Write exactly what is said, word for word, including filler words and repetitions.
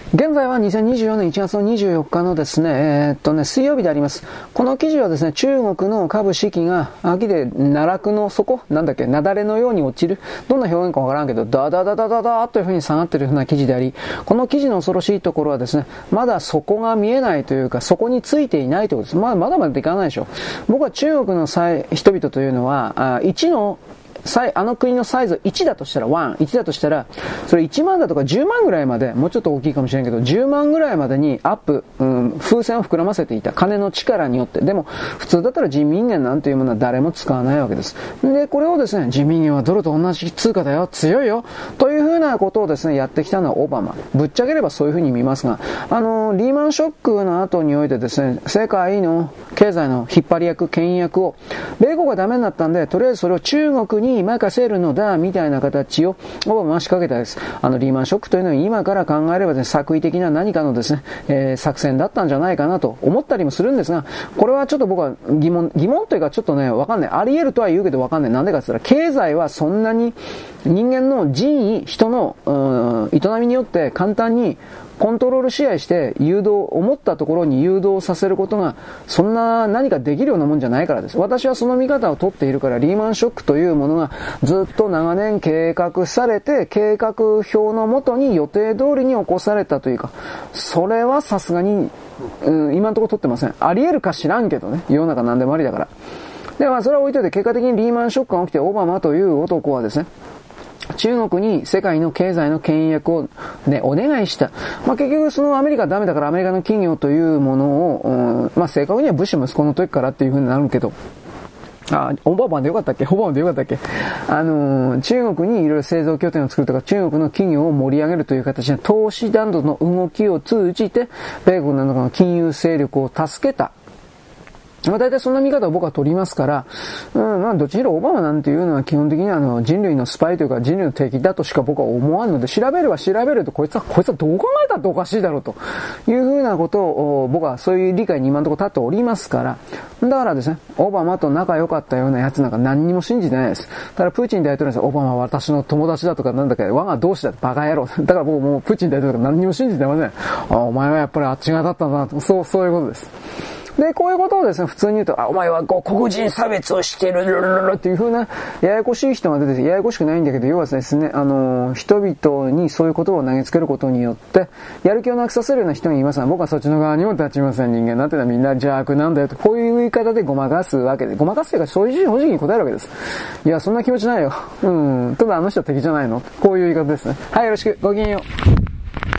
現在はにせんにじゅうよねんいちがつのにじゅうよっかのですね、えー、っとね、水曜日であります。この記事はですね、中国の株式が秋で奈落の底、なんだっけ、雪崩のように落ちる。どんな表現かわからんけど、ダダダダダダーという風に下がっているような記事であり、この記事の恐ろしいところはですね、まだ底が見えないというか、底についていないということです。まあ、まだまだいかないでしょ。僕は中国の人々というのは、いちのあの国のサイズいちだとしたらいち、いちだとしたら、それいちまんだとかじゅうまんぐらいまで、もうちょっと大きいかもしれんけど、じゅうまんぐらいまでにアップ、うん、風船を膨らませていた。金の力によって。でも、普通だったら人民元なんていうものは誰も使わないわけです。で、これをですね、人民元はドルと同じ通貨だよ、強いよ、というふうなことをですね、やってきたのはオバマ。ぶっちゃければそういうふうに見ますが、あの、リーマンショックの後においてですね、世界の経済の引っ張り役、牽引役を、米国がダメになったんで、とりあえずそれを中国に任せるのだみたいな形をオバマは仕掛けたです。あのリーマンショックというのは今から考えればですね、作為的な何かのですね、えー、作戦だったんじゃないかなと思ったりもするんですが、これはちょっと僕は疑問疑問というかちょっとね、わかんない。あり得るとは言うけどわかんない。なんでかって言ったら、経済はそんなに人間の人為、人の営みによって簡単にコントロール支配して誘導、思ったところに誘導させることがそんな何かできるようなもんじゃないからです。私はその見方を取っているから、リーマンショックというものがずっと長年計画されて、計画表のもとに予定通りに起こされたというか、それはさすがに、うん、今のところ取ってません。あり得るか知らんけどね、世の中何でもありだから。ではそれは置いといて、結果的にリーマンショックが起きて、オバマという男はですね、中国に世界の経済の牽引役を、ね、お願いした。まあ、結局そのアメリカはダメだからアメリカの企業というものを、うん、まあ、正確にはブッシュ息子の時からっていう風になるけど、あ、オバマでよかったっけオバマでよかったっけあのー、中国にいろいろ製造拠点を作るとか、中国の企業を盛り上げるという形で、投資などの動きを通じて、米国などの金融勢力を助けた。まあ大体そんな見方を僕は取りますから、うん、まあどちらオバマなんていうのは基本的にあの人類のスパイというか人類の敵だとしか僕は思わんので、調べれば調べるとこいつは、こいつはどう考えたっておかしいだろうというふうなことを僕はそういう理解に今のところ立っておりますから、だからですね、オバマと仲良かったようなやつなんか何にも信じてないです。だからプーチン大統領はオバマは私の友達だとかなんだか我が同志だってバカ野郎。だから僕もうプーチン大統領は何にも信じてません。あ、お前はやっぱりあっち側だったんだなと。そう、そういうことです。で、こういうことをですね、普通に言うと、あ、お前は黒人差別をしてる、っていう風な、ややこしい人が出てて、ややこしくないんだけど、要はですね、あの、人々にそういうことを投げつけることによって、やる気をなくさせるような人がいますが、僕はそっちの側にも立ちません。人間なんてのはみんな邪悪なんだよと、こういう言い方でごまかすわけで、ごまかすというか、正直正直に答えるわけです。いや、そんな気持ちないよ。うん。ただあの人は敵じゃないの。こういう言い方ですね。はい、よろしく。ごきげんよう。